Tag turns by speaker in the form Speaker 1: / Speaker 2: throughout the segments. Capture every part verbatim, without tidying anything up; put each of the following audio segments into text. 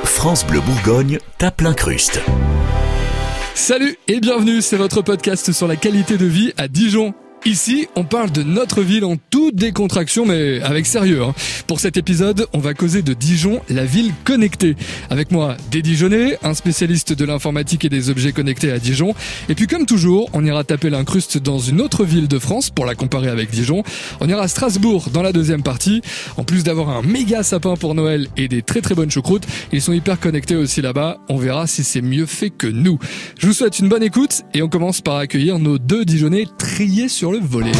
Speaker 1: France Bleu Bourgogne tape l'incruste.
Speaker 2: Salut et bienvenue, c'est votre podcast sur la qualité de vie à Dijon. Ici, on parle de notre ville en toute décontraction, mais avec sérieux. Hein. Pour cet épisode, on va causer de Dijon, la ville connectée. Avec moi, des Dijonnais, un spécialiste de l'informatique et des objets connectés à Dijon. Et puis comme toujours, on ira taper l'incruste dans une autre ville de France pour la comparer avec Dijon. On ira à Strasbourg dans la deuxième partie. En plus d'avoir un méga sapin pour Noël et des très très bonnes choucroutes, ils sont hyper connectés aussi là-bas. On verra si c'est mieux fait que nous. Je vous souhaite une bonne écoute et on commence par accueillir nos deux Dijonnais triés sur le volet.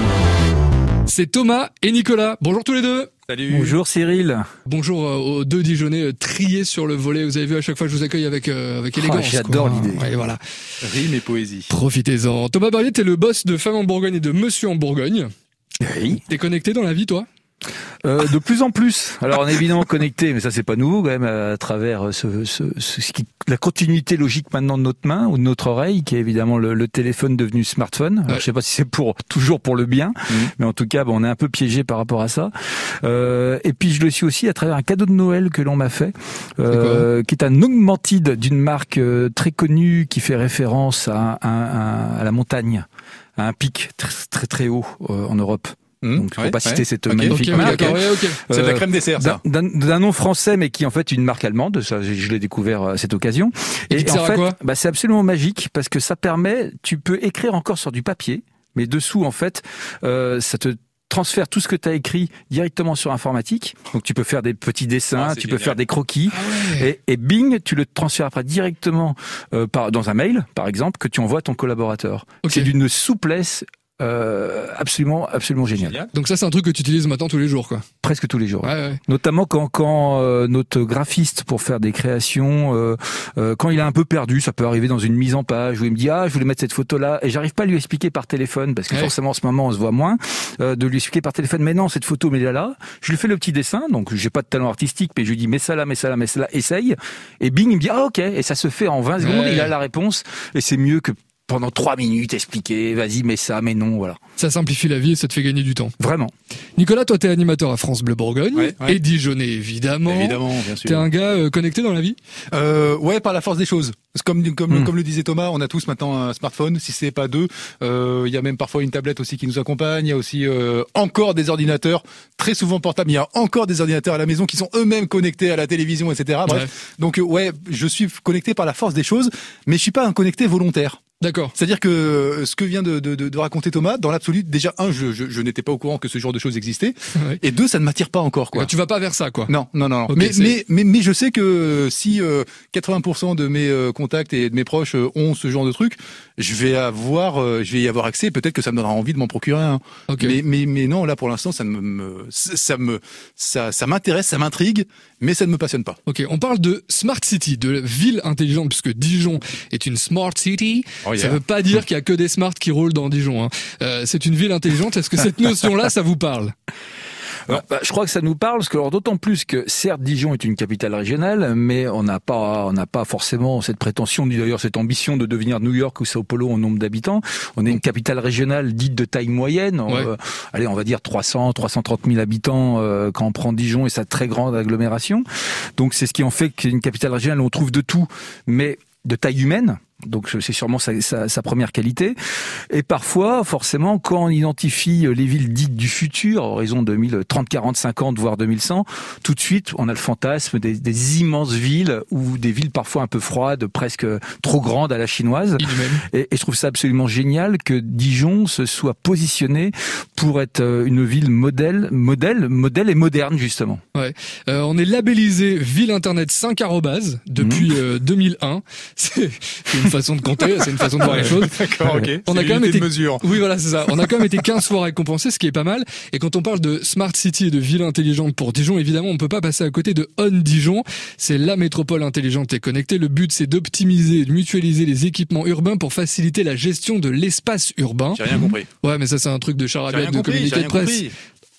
Speaker 2: C'est Thomas et Nicolas. Bonjour tous les deux.
Speaker 3: Salut.
Speaker 4: Bonjour Cyril.
Speaker 2: Bonjour aux deux Dijonnais triés sur le volet. Vous avez vu, à chaque fois je vous accueille avec euh, avec élégance.
Speaker 4: Oh, j'adore
Speaker 2: quoi.
Speaker 4: l'idée.
Speaker 2: Ouais, voilà.
Speaker 3: Rime et poésie.
Speaker 2: Profitez-en. Thomas Barrier, t'es le boss de Femmes en Bourgogne et de Monsieur en Bourgogne.
Speaker 4: Oui.
Speaker 2: T'es connecté dans la vie, toi ?
Speaker 4: Euh, de plus en plus. Alors on est évidemment connecté, mais ça c'est pas nouveau quand même, à travers ce, ce, ce, ce qui, la continuité logique maintenant de notre main ou de notre oreille, qui est évidemment le, le téléphone devenu smartphone. Alors,
Speaker 2: ouais.
Speaker 4: Je sais pas si c'est pour toujours pour le bien, mmh. mais en tout cas, bon, on est un peu piégé par rapport à ça. Euh, et puis je le suis aussi à travers un cadeau de Noël que l'on m'a fait, euh, qui est un Augmentide d'une marque euh, très connue qui fait référence à, à, à, à la montagne, à un pic très très, très haut euh, en Europe. Mmh, Donc, je ne ouais, pas citer ouais. cette okay, magnifique
Speaker 2: okay,
Speaker 4: marque.
Speaker 2: Okay, okay.
Speaker 3: Euh, c'est de la crème dessert, ça.
Speaker 4: D'un, d'un nom français, mais qui en fait est une marque allemande. Ça, je, je l'ai découvert à cette occasion.
Speaker 2: Et, et en fait, quoi
Speaker 4: bah, c'est absolument magique parce que ça permet, tu peux écrire encore sur du papier, mais dessous, en fait, euh, ça te transfère tout ce que tu as écrit directement sur informatique. Donc tu peux faire des petits dessins, ah, tu génial. peux faire des croquis. Ah ouais. et, et bing, tu le transfères après directement euh, par, dans un mail, par exemple, que tu envoies à ton collaborateur. Okay. C'est d'une souplesse Euh, absolument, absolument génial. génial.
Speaker 2: Donc ça, c'est un truc que tu utilises maintenant tous les jours, quoi.
Speaker 4: Presque tous les jours.
Speaker 2: Ouais, ouais.
Speaker 4: Notamment quand, quand euh, notre graphiste pour faire des créations, euh, euh, quand il est un peu perdu, ça peut arriver dans une mise en page où il me dit ah, je voulais mettre cette photo-là et j'arrive pas à lui expliquer par téléphone parce que ouais. forcément en ce moment on se voit moins, euh, de lui expliquer par téléphone. Mais non, cette photo, mais là là, je lui fais le petit dessin. Donc j'ai pas de talent artistique, mais je lui dis mets ça là, mets ça là, mets ça là, essaye. Et bing, il me dit ah ok. Et ça se fait en vingt secondes. Ouais. Il a la réponse et c'est mieux que pendant trois minutes, expliquer, vas-y, mets ça, mais non, voilà.
Speaker 2: Ça simplifie la vie et ça te fait gagner du temps.
Speaker 4: Vraiment.
Speaker 2: Nicolas, toi, t'es animateur à France Bleu Bourgogne.
Speaker 3: Ouais, ouais.
Speaker 2: Et Dijonnais, évidemment.
Speaker 3: Évidemment, bien sûr.
Speaker 2: T'es un gars euh, connecté dans la vie ?
Speaker 3: euh, Ouais, par la force des choses. Comme, comme, mmh. comme le disait Thomas, on a tous maintenant un smartphone, si c'est pas deux. Il euh, y a même parfois une tablette aussi qui nous accompagne. Il y a aussi euh, encore des ordinateurs, très souvent portables. Il y a encore des ordinateurs à la maison qui sont eux-mêmes connectés à la télévision, et cetera. Bref. Ouais. Donc, euh, ouais, je suis connecté par la force des choses, mais je suis pas un connecté volontaire.
Speaker 2: D'accord.
Speaker 3: C'est-à-dire que ce que vient de, de, de raconter Thomas, dans l'absolu, déjà un, je, je, je n'étais pas au courant que ce genre de choses existait, ouais. et deux, ça ne m'attire pas encore, quoi.
Speaker 2: Ouais, tu vas pas vers ça, quoi.
Speaker 3: Non, non, non.
Speaker 2: Okay,
Speaker 3: mais, mais, mais, mais je sais que si euh, quatre-vingts pour cent de mes euh, contacts et de mes proches euh, ont ce genre de truc, je vais avoir, euh, je vais y avoir accès. Peut-être que ça me donnera envie de m'en procurer un. Okay. Mais, mais, mais non, là pour l'instant, ça me, me ça me, ça, ça m'intéresse, ça m'intrigue, mais ça ne me passionne pas.
Speaker 2: Ok, on parle de smart city, de ville intelligente, puisque Dijon est une smart city. Oh yeah. Ça veut pas dire qu'il y a que des smarts qui roulent dans Dijon. Hein. Euh, c'est une ville intelligente. Est-ce que cette notion-là, ça vous parle ?
Speaker 4: Alors, bah, je crois que ça nous parle, parce que alors, d'autant plus que certes Dijon est une capitale régionale, mais on n'a pas, on n'a pas forcément cette prétention, ni d'ailleurs cette ambition de devenir New York ou Sao Paulo en nombre d'habitants. On est une capitale régionale dite de taille moyenne. Ouais. Euh, allez, on va dire trois cents, trois cent trente mille habitants euh, quand on prend Dijon et sa très grande agglomération. Donc c'est ce qui en fait qu'une une capitale régionale où on trouve de tout, mais de taille humaine. Donc c'est sûrement sa, sa, sa première qualité. Et parfois, forcément, quand on identifie les villes dites du futur, horizon deux mille trente, quarante, cinquante, voire deux mille cent, tout de suite, on a le fantasme des, des immenses villes ou des villes parfois un peu froides, presque trop grandes à la chinoise. Et, et je trouve ça absolument génial que Dijon se soit positionné pour être une ville modèle, modèle, modèle et moderne justement.
Speaker 2: Ouais. Euh, on est labellisé ville internet cinq arrobase depuis mmh. euh, deux mille un. C'est une façon de compter, c'est une façon de voir les choses.
Speaker 3: D'accord, ok.
Speaker 2: On
Speaker 3: c'est
Speaker 2: a quand même été,
Speaker 3: mesure.
Speaker 2: oui, voilà, c'est ça. On a quand même été quinze fois récompensés, ce qui est pas mal. Et quand on parle de smart city et de ville intelligente pour Dijon, évidemment, on peut pas passer à côté de On Dijon. C'est la métropole intelligente et connectée. Le but, c'est d'optimiser et de mutualiser les équipements urbains pour faciliter la gestion de l'espace urbain.
Speaker 3: J'ai rien compris.
Speaker 2: Ouais, mais ça, c'est un truc de charabia de communiqué de presse. Compris.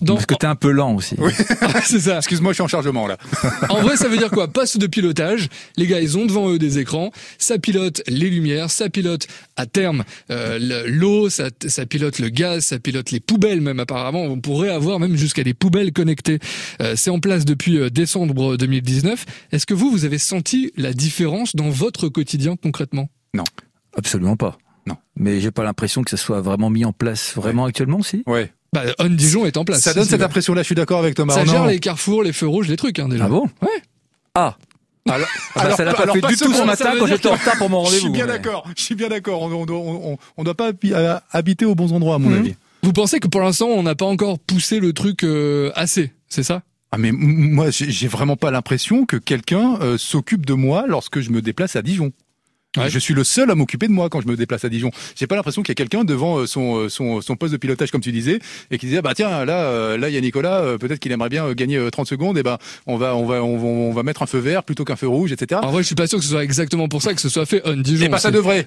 Speaker 2: Dans...
Speaker 4: Parce que t'es un peu lent aussi.
Speaker 3: Oui.
Speaker 2: C'est ça.
Speaker 3: Excuse-moi, je suis en chargement là.
Speaker 2: En vrai, ça veut dire quoi? Poste de pilotage. Les gars, ils ont devant eux des écrans. Ça pilote les lumières, ça pilote à terme euh, l'eau, ça, ça pilote le gaz, ça pilote les poubelles même apparemment. On pourrait avoir même jusqu'à des poubelles connectées. Euh, c'est en place depuis euh, décembre deux mille dix-neuf. Est-ce que vous, vous avez senti la différence dans votre quotidien concrètement?
Speaker 3: Non.
Speaker 4: Absolument pas.
Speaker 3: Non.
Speaker 4: Mais j'ai pas l'impression que ça soit vraiment mis en place vraiment ouais. actuellement, si.
Speaker 3: Ouais.
Speaker 2: Bah, On Dijon est en place.
Speaker 3: Ça donne
Speaker 2: si,
Speaker 3: cette
Speaker 2: si,
Speaker 3: impression-là, je suis d'accord avec Thomas.
Speaker 2: Ça
Speaker 3: non.
Speaker 2: gère les carrefours, les feux rouges, les trucs, hein, déjà.
Speaker 4: Ah bon?
Speaker 2: Ouais.
Speaker 4: Ah.
Speaker 3: Alors,
Speaker 4: bah,
Speaker 3: alors,
Speaker 4: ça l'a pas
Speaker 3: alors,
Speaker 4: fait
Speaker 3: pas
Speaker 4: du tout ce matin quand j'étais en retard pour mon
Speaker 3: Je
Speaker 4: rendez-vous.
Speaker 3: suis bien
Speaker 4: mais...
Speaker 3: d'accord, je suis bien d'accord. On, on, on, on doit pas habiter aux bons endroits, à mon mmh. avis.
Speaker 2: Vous pensez que pour l'instant, on n'a pas encore poussé le truc euh, assez, c'est ça?
Speaker 3: Ah mais moi, j'ai vraiment pas l'impression que quelqu'un euh, s'occupe de moi lorsque je me déplace à Dijon. Ouais. Je suis le seul à m'occuper de moi quand je me déplace à Dijon. J'ai pas l'impression qu'il y a quelqu'un devant son, son son poste de pilotage comme tu disais et qui disait bah tiens là là il y a Nicolas, peut-être qu'il aimerait bien gagner trente secondes et ben on va on va on va on va mettre un feu vert plutôt qu'un feu rouge, et cetera.
Speaker 2: En vrai, je suis pas sûr que ce soit exactement pour ça que ce soit fait On Dijon.
Speaker 3: Et bah ça devrait.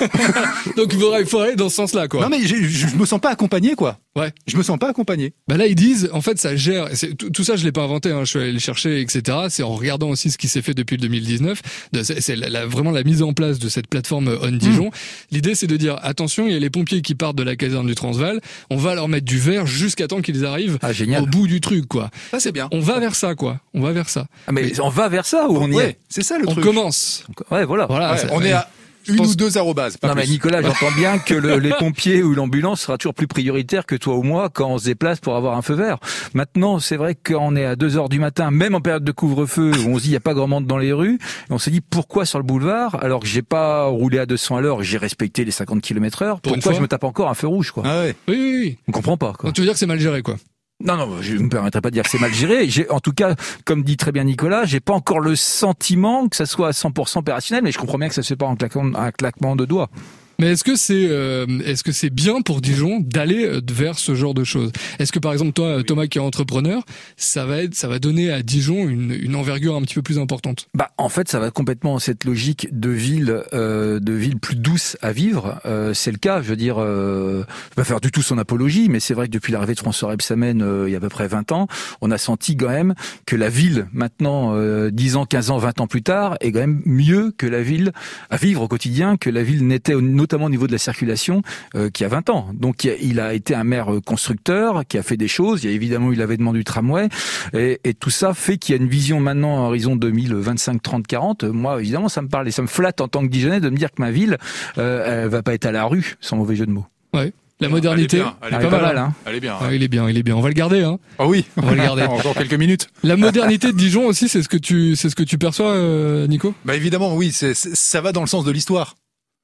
Speaker 2: Donc il faudrait, il faudrait aller dans ce sens-là quoi.
Speaker 3: Non mais je, je, je me sens pas accompagné quoi.
Speaker 2: Ouais.
Speaker 3: Je me sens pas accompagné.
Speaker 2: Bah là ils disent en fait ça gère. C'est, tout, tout ça je l'ai pas inventé. Hein, je suis allé le chercher et cetera. C'est en regardant aussi ce qui s'est fait depuis le deux mille dix-neuf. De, c'est c'est la, la, vraiment la mise en place de cette plateforme On Dijon. Mmh. L'idée c'est de dire attention, il y a les pompiers qui partent de la caserne du Transvaal, on va leur mettre du verre jusqu'à temps qu'ils arrivent
Speaker 4: ah, génial.
Speaker 2: au bout du truc quoi.
Speaker 3: Ça c'est bien.
Speaker 2: On va vers ça quoi. On va vers ça.
Speaker 4: Ah, mais, mais on va vers ça ou on y
Speaker 3: ouais,
Speaker 4: est?
Speaker 3: C'est ça le
Speaker 2: on
Speaker 3: truc.
Speaker 2: On commence.
Speaker 4: Ouais voilà.
Speaker 2: Voilà.
Speaker 3: Ouais,
Speaker 2: ça,
Speaker 3: on
Speaker 2: ouais.
Speaker 3: est à une pense... ou deux arrobases.
Speaker 4: Non
Speaker 3: plus.
Speaker 4: mais Nicolas, j'entends bien que le, les pompiers ou l'ambulance sera toujours plus prioritaire que toi ou moi quand on se déplace pour avoir un feu vert. Maintenant, c'est vrai qu'on est à deux heures du matin, même en période de couvre-feu, où on se dit il y a pas grand monde dans les rues, et on se dit pourquoi sur le boulevard, alors que j'ai pas roulé à deux cents à l'heure, j'ai respecté les cinquante kilomètres heure, pourquoi je me tape encore un feu rouge quoi.
Speaker 3: Ah ouais.
Speaker 2: Oui oui oui.
Speaker 4: On comprend pas quoi.
Speaker 2: Donc tu veux dire que c'est mal géré quoi.
Speaker 4: Non, non, je ne me permettrai pas de dire que c'est mal géré. J'ai, en tout cas, comme dit très bien Nicolas, j'ai pas encore le sentiment que ça soit à cent pour cent opérationnel, mais je comprends bien que ça se fait pas en claquant, un claquement de doigts.
Speaker 2: Mais est-ce que c'est euh, est-ce que c'est bien pour Dijon d'aller vers ce genre de choses? Est-ce que par exemple toi Thomas qui est entrepreneur, ça va être ça va donner à Dijon une une envergure un petit peu plus importante?
Speaker 4: Bah en fait, ça va complètement cette logique de ville euh, de ville plus douce à vivre, euh, c'est le cas, je veux dire euh, je vais pas faire du tout son apologie, mais c'est vrai que depuis l'arrivée de François Rebsamen euh, il y a à peu près vingt ans, on a senti quand même que la ville maintenant euh, dix ans, quinze ans, vingt ans plus tard est quand même mieux que la ville à vivre au quotidien que la ville n'était au notamment au niveau de la circulation, euh, qui a vingt ans. Donc il a été un maire constructeur, qui a fait des choses. Il y a évidemment eu l'avènement du tramway, et, et tout ça fait qu'il y a une vision maintenant à horizon deux mille vingt-cinq, trente, quarante. Moi, évidemment, ça me parle et ça me flatte en tant que Dijonnais de me dire que ma ville, euh, elle va pas être à la rue, sans mauvais jeu de mots.
Speaker 2: Ouais. La modernité,
Speaker 3: elle est bien, elle est
Speaker 2: pas
Speaker 3: pas
Speaker 2: mal,
Speaker 3: mal,
Speaker 2: hein.
Speaker 3: Elle est bien.
Speaker 2: Ah, il est bien, il est bien. On va le garder, hein.
Speaker 3: Ah oui,
Speaker 2: on va le garder.
Speaker 3: Encore quelques minutes.
Speaker 2: La modernité de Dijon aussi, c'est ce que tu, c'est ce que tu perçois, euh, Nico?
Speaker 3: Bah évidemment, oui. C'est, c'est, ça va dans le sens de l'histoire.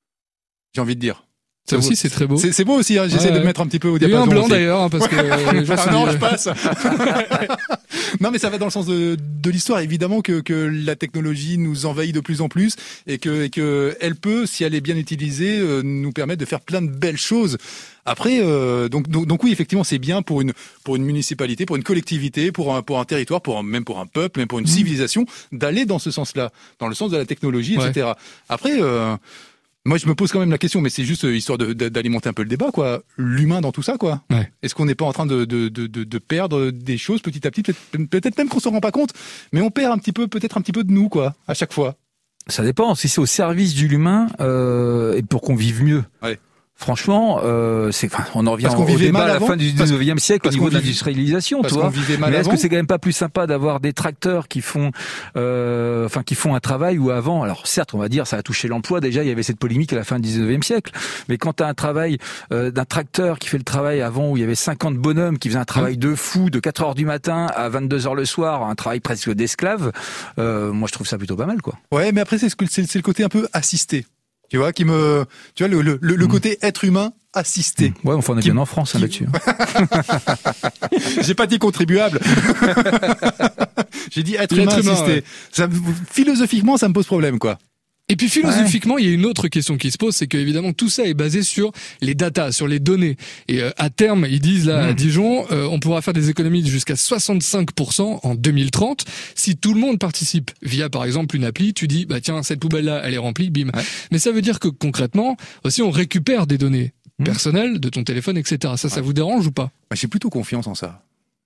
Speaker 3: J'ai envie de dire.
Speaker 2: Ça aussi, c'est très beau.
Speaker 3: C'est, c'est beau aussi, hein. J'essaie ouais, de me mettre un petit peu au diapason.
Speaker 2: Il y a eu un blanc
Speaker 3: aussi.
Speaker 2: d'ailleurs, hein, parce que euh, les gens
Speaker 3: ah non, je passe. Non, mais ça va dans le sens de, de l'histoire. Évidemment que, que la technologie nous envahit de plus en plus et que, et que elle peut, si elle est bien utilisée, euh, nous permettre de faire plein de belles choses. Après, euh, donc, donc, donc oui, effectivement, c'est bien pour une pour une municipalité, pour une collectivité, pour un pour un territoire, pour un, même pour un peuple, même pour une mmh. civilisation, d'aller dans ce sens-là, dans le sens de la technologie, et cetera. Ouais. Après. Euh, Moi, je me pose quand même la question, mais c'est juste histoire de, de, d'alimenter un peu le débat, quoi. L'humain dans tout ça, quoi.
Speaker 2: Ouais.
Speaker 3: Est-ce qu'on n'est pas en train de, de, de, de perdre des choses petit à petit, peut-être, peut-être même qu'on s'en rend pas compte, mais on perd un petit peu, peut-être un petit peu de nous, quoi, à chaque fois.
Speaker 4: Ça dépend. Si c'est au service de l'humain euh, et pour qu'on vive mieux.
Speaker 3: Ouais.
Speaker 4: Franchement, euh, c'est, enfin, on en revient au débat à la fin du dix-neuvième siècle au niveau de l'industrialisation, tu vois. Mais est-ce que c'est quand même pas plus sympa d'avoir des tracteurs qui font, euh, enfin, qui font un travail où avant, alors certes, on va dire, ça a touché l'emploi. Déjà, il y avait cette polémique à la fin du dix-neuvième siècle. Mais quand t'as un travail euh, d'un tracteur qui fait le travail avant où il y avait cinquante bonhommes qui faisaient un travail de fou de quatre heures du matin à vingt-deux heures le soir, un travail presque d'esclave, euh, moi je trouve ça plutôt pas mal, quoi.
Speaker 3: Ouais, mais après c'est c'est, c'est le côté un peu assisté. Tu vois, qui me, tu vois, le, le, le côté être humain assisté.
Speaker 4: Ouais, enfin, on est qui, bien en France, hein, qui... là-dessus.
Speaker 3: J'ai pas dit contribuable. J'ai dit être
Speaker 2: L'être
Speaker 3: humain, humain assisté.
Speaker 2: Ouais.
Speaker 3: Ça, philosophiquement, ça me pose problème, quoi.
Speaker 2: Et puis philosophiquement, ouais. il y a une autre question qui se pose, c'est que évidemment tout ça est basé sur les datas, sur les données. Et euh, à terme, ils disent là mmh. à Dijon, euh, on pourra faire des économies de jusqu'à soixante-cinq pour cent en deux mille trente si tout le monde participe via par exemple une appli. Tu dis bah tiens cette poubelle là, elle est remplie, bim. Ouais. Mais ça veut dire que concrètement aussi on récupère des données mmh. personnelles de ton téléphone, et cetera. Ça, ouais. ça vous dérange ou pas?
Speaker 3: Bah, j'ai plutôt confiance en ça.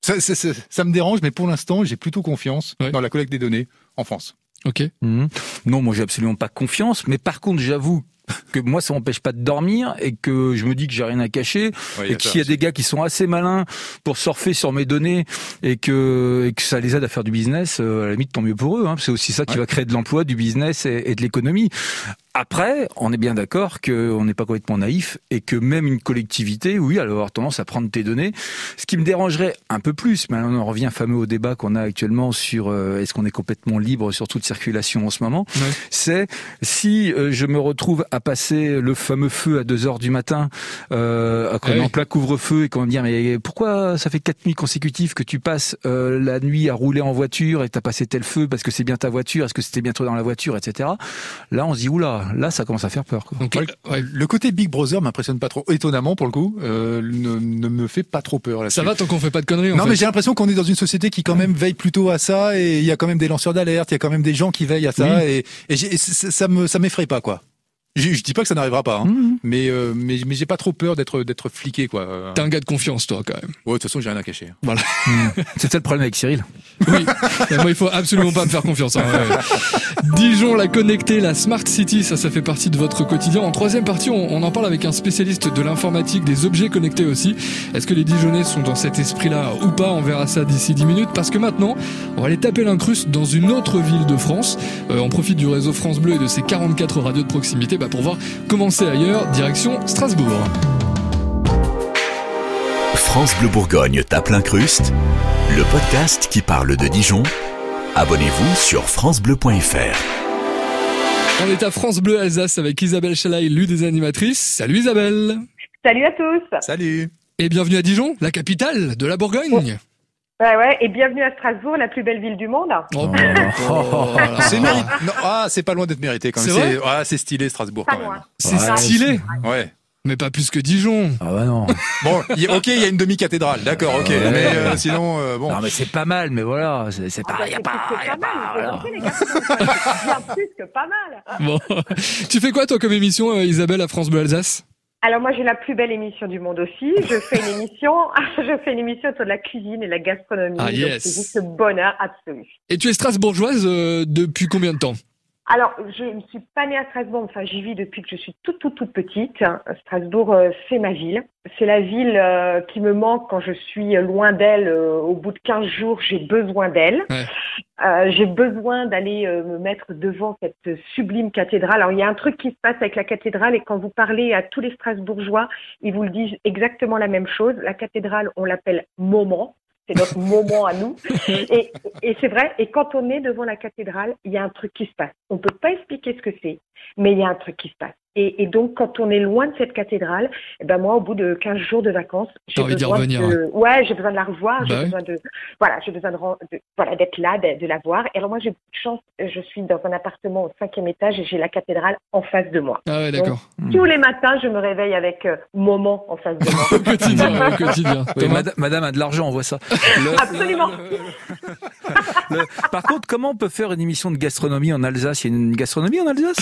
Speaker 3: Ça, ça, ça, ça me dérange, mais pour l'instant, j'ai plutôt confiance ouais. dans la collecte des données en France.
Speaker 2: Ok.
Speaker 4: Mmh. Non, moi j'ai absolument pas confiance, mais par contre j'avoue que moi ça m'empêche pas de dormir et que je me dis que j'ai rien à cacher ouais, et qu'il y a des gars qui sont assez malins pour surfer sur mes données et que, et que ça les aide à faire du business, euh, à la limite tant mieux pour eux, hein, c'est aussi ça qui ouais. va créer de l'emploi, du business et, et de l'économie. Après, on est bien d'accord qu'on n'est pas complètement naïf et que même une collectivité, oui, elle va avoir tendance à prendre tes données. Ce qui me dérangerait un peu plus, mais on en revient fameux au débat qu'on a actuellement sur euh, est-ce qu'on est complètement libre sur toute circulation en ce moment, ouais. c'est si euh, je me retrouve à passer le fameux feu à deux heures du matin, euh, quand on est en plein couvre-feu et qu'on va me dire mais pourquoi ça fait quatre nuits consécutives que tu passes euh, la nuit à rouler en voiture et t'as passé tel feu parce que c'est bien ta voiture, est-ce que c'était bien toi dans la voiture, et cetera. Là, on se dit oula. Là, ça commence à faire peur. Quoi.
Speaker 3: Donc, ouais, ouais. Le côté Big Brother m'impressionne pas trop. Étonnamment, pour le coup, euh, ne, ne me fait pas trop peur. Là-dessus.
Speaker 2: Ça va tant qu'on fait pas de conneries. En
Speaker 3: non,
Speaker 2: fait.
Speaker 3: mais j'ai l'impression qu'on est dans une société qui quand même veille plutôt à ça, et il y a quand même des lanceurs d'alerte, il y a quand même des gens qui veillent à ça, oui. et, et, j'ai, et ça, ça me, ça m'effraie pas, quoi. Je, je dis pas que ça n'arrivera pas, hein, mmh. mais, euh, mais mais j'ai pas trop peur d'être d'être fliqué, quoi.
Speaker 2: T'es un gars de confiance, toi, quand même.
Speaker 3: Ouais, de toute façon, j'ai rien à cacher.
Speaker 2: Voilà.
Speaker 4: Mmh. C'est ça le problème avec Cyril.
Speaker 2: Oui. Et moi, il faut absolument pas me faire confiance. Hein, ouais. Dijon, la connectée, la Smart City, ça, ça fait partie de votre quotidien. En troisième partie, on, on en parle avec un spécialiste de l'informatique, des objets connectés aussi. Est-ce que les Dijonnais sont dans cet esprit-là ou pas? On verra ça d'ici dix minutes, parce que maintenant, on va aller taper l'incruste dans une autre ville de France. Euh, on profite du réseau France Bleu et de ses quarante-quatre radios de proximité, bah, pour voir comment c'est ailleurs, direction Strasbourg.
Speaker 1: France Bleu Bourgogne tape l'incruste, le podcast qui parle de Dijon. Abonnez-vous sur francebleu point f r.
Speaker 2: On est à France Bleu Alsace avec Isabelle Chalaï, l'une des animatrices. Salut Isabelle.
Speaker 5: Salut à tous.
Speaker 3: Salut.
Speaker 2: Et bienvenue à Dijon, la capitale de la Bourgogne. Oh.
Speaker 5: Ouais, ouais, et bienvenue à Strasbourg, la plus belle ville du monde.
Speaker 2: Oh, oh, oh,
Speaker 3: c'est mérité. Non, ah, c'est pas loin d'être mérité quand même.
Speaker 2: C'est,
Speaker 3: c'est, ah, c'est stylé Strasbourg
Speaker 5: pas
Speaker 3: quand
Speaker 5: loin.
Speaker 3: même.
Speaker 2: C'est ouais, stylé.
Speaker 3: Ouais.
Speaker 2: Mais pas plus que Dijon.
Speaker 4: Ah bah non.
Speaker 3: Bon, y, ok, il y a une demi-cathédrale, d'accord, ok. Ouais. Mais euh, sinon, euh, bon.
Speaker 4: Non, mais c'est pas mal, mais voilà, c'est, c'est pas,
Speaker 5: ah,
Speaker 4: y a
Speaker 5: c'est
Speaker 4: pas,
Speaker 5: plus
Speaker 4: y a
Speaker 5: que
Speaker 4: pas.
Speaker 5: pas mal.
Speaker 4: Voilà.
Speaker 5: Les gars, bien plus que pas mal.
Speaker 2: Bon, tu fais quoi toi comme émission, euh, Isabelle, à France Bleu Alsace?
Speaker 5: Alors moi j'ai la plus belle émission du monde aussi. Je fais une émission, je fais une émission autour de la cuisine et de la gastronomie.
Speaker 2: Ah, yes.
Speaker 5: Donc c'est juste le bonheur absolu.
Speaker 2: Et tu es strasbourgeoise euh, depuis combien de temps?
Speaker 5: Alors, je ne suis pas née à Strasbourg, enfin j'y vis depuis que je suis toute toute toute petite. Strasbourg, euh, c'est ma ville. C'est la ville euh, qui me manque quand je suis loin d'elle. Euh, au bout de quinze jours, j'ai besoin d'elle.
Speaker 2: Ouais.
Speaker 5: Euh, j'ai besoin d'aller euh, me mettre devant cette sublime cathédrale. Alors, il y a un truc qui se passe avec la cathédrale et quand vous parlez à tous les Strasbourgeois, ils vous le disent exactement la même chose. La cathédrale, on l'appelle moment. C'est notre moment à nous. Et, et c'est vrai. Et quand on est devant la cathédrale, il y a un truc qui se passe. On peut pas expliquer ce que c'est, mais il y a un truc qui se passe. Et, et donc, quand on est loin de cette cathédrale, eh ben moi, au bout de quinze jours de vacances, j'ai
Speaker 2: envie
Speaker 5: besoin
Speaker 2: d'y revenir,
Speaker 5: de,
Speaker 2: hein.
Speaker 5: ouais, j'ai besoin de la revoir,
Speaker 2: Bah
Speaker 5: j'ai
Speaker 2: oui.
Speaker 5: besoin de, voilà, j'ai besoin de, de voilà, d'être là, de, de la voir. Et alors moi, j'ai beaucoup de chance. Je suis dans un appartement au cinquième étage et j'ai la cathédrale en face de moi.
Speaker 2: Ah ouais, d'accord.
Speaker 5: Donc, tous les matins, je me réveille avec euh, moment en face de moi.
Speaker 2: Au quotidien, au quotidien.
Speaker 4: Oui,
Speaker 2: Thomas
Speaker 4: madame, madame a de l'argent, on voit ça. Le,
Speaker 5: Absolument.
Speaker 4: le, par contre, comment on peut faire une émission de gastronomie en Alsace? Il y a une gastronomie en Alsace?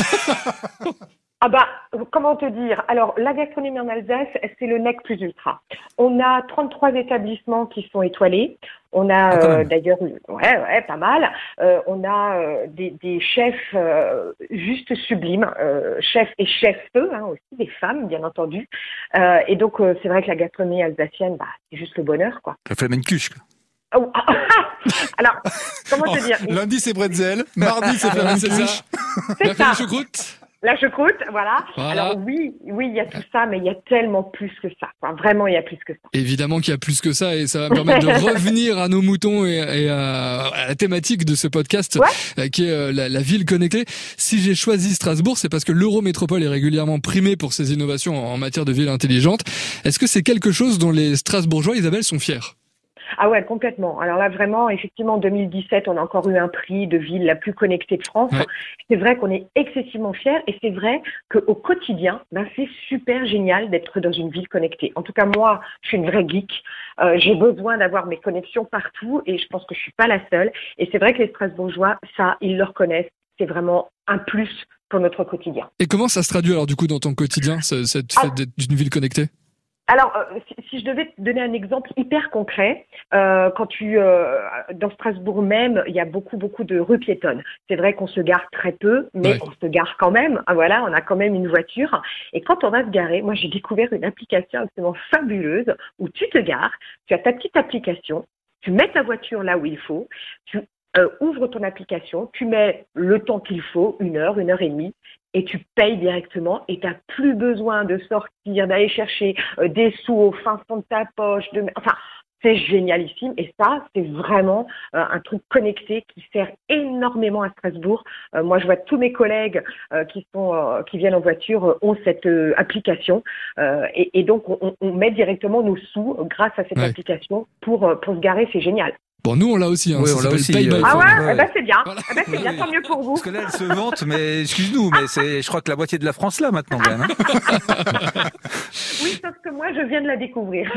Speaker 5: Ah bah, comment te dire? Alors, la gastronomie en Alsace, c'est le nec plus ultra. On a trente-trois établissements qui sont étoilés. On a
Speaker 4: ah,
Speaker 5: euh, d'ailleurs, ouais, ouais, pas mal. Euh, on a euh, des, des chefs euh, juste sublimes, euh, chefs et chefs hein, aussi, des femmes, bien entendu. Euh, et donc, euh, c'est vrai que la gastronomie alsacienne, bah, c'est juste le bonheur, quoi.
Speaker 4: La flamencuche, quoi.
Speaker 5: Oh, alors, comment te dire?
Speaker 3: Lundi, c'est bretzel. Mardi, c'est
Speaker 2: Ah, c'est
Speaker 3: flamencuche.
Speaker 2: ça.
Speaker 5: C'est
Speaker 2: La
Speaker 5: ça.
Speaker 2: choucroute.
Speaker 5: La choucroute, voilà.
Speaker 2: Voilà.
Speaker 5: Alors oui, oui, il y a tout ça, mais il y a tellement plus que ça. Enfin, vraiment, il y a plus que ça.
Speaker 2: Évidemment qu'il y a plus que ça et ça va me permettre de revenir à nos moutons et, et à, à la thématique de ce podcast
Speaker 5: Ouais.
Speaker 2: euh, qui est euh, la, la ville connectée. Si j'ai choisi Strasbourg, c'est parce que l'Eurométropole est régulièrement primée pour ses innovations en, en matière de ville intelligente. Est-ce que c'est quelque chose dont les Strasbourgeois, Isabelle, sont fiers?
Speaker 5: Ah ouais, complètement. Alors là, vraiment, effectivement, en deux mille dix-sept, on a encore eu un prix de ville la plus connectée de France.
Speaker 2: Ouais.
Speaker 5: C'est vrai qu'on est excessivement fiers et c'est vrai qu'au quotidien, ben, c'est super génial d'être dans une ville connectée. En tout cas, moi, je suis une vraie geek. Euh, j'ai besoin d'avoir mes connexions partout et je pense que je suis pas la seule. Et c'est vrai que les Strasbourgeois, ça, ils le reconnaissent. C'est vraiment un plus pour notre quotidien.
Speaker 2: Et comment ça se traduit alors du coup dans ton quotidien, ce- cette
Speaker 5: Ah.
Speaker 2: fait d'être d'une ville connectée?
Speaker 5: Alors, euh, si, si je devais te donner un exemple hyper concret, euh, quand tu euh, dans Strasbourg même, il y a beaucoup beaucoup de rues piétonnes. C'est vrai qu'on se gare très peu, mais
Speaker 2: Ouais.
Speaker 5: on se gare quand même. Ah, voilà, on a quand même une voiture. Et quand on va se garer, moi j'ai découvert une application absolument fabuleuse où tu te gares, tu as ta petite application, tu mets ta voiture là où il faut, tu euh, ouvres ton application, tu mets le temps qu'il faut, une heure, une heure et demie. Et tu payes directement et tu n'as plus besoin de sortir, d'aller chercher euh, des sous au fin fond de ta poche. De... Enfin, c'est génialissime. Et ça, c'est vraiment euh, un truc connecté qui sert énormément à Strasbourg. Euh, moi, je vois tous mes collègues euh, qui sont euh, qui viennent en voiture euh, ont cette euh, application. Euh, et, et donc, on, on met directement nos sous euh, grâce à cette
Speaker 2: Ouais.
Speaker 5: application pour, euh, pour se garer. C'est génial.
Speaker 2: Bon, nous, on l'a aussi. Hein,
Speaker 4: Oui,
Speaker 2: ça
Speaker 4: on l'a
Speaker 2: s'appelle
Speaker 4: aussi,
Speaker 2: Pay by
Speaker 4: euh,
Speaker 5: Ah
Speaker 2: Phone.
Speaker 5: ouais,
Speaker 4: Ouais.
Speaker 5: Eh ben, c'est bien.
Speaker 2: Voilà.
Speaker 5: Eh ben, c'est bien, tant mieux pour vous.
Speaker 4: Parce que là, elle se vante, mais excuse-nous, mais c'est, je crois que la moitié de la France là maintenant, quand même. Hein.
Speaker 5: Oui, sauf que moi, je viens de la découvrir.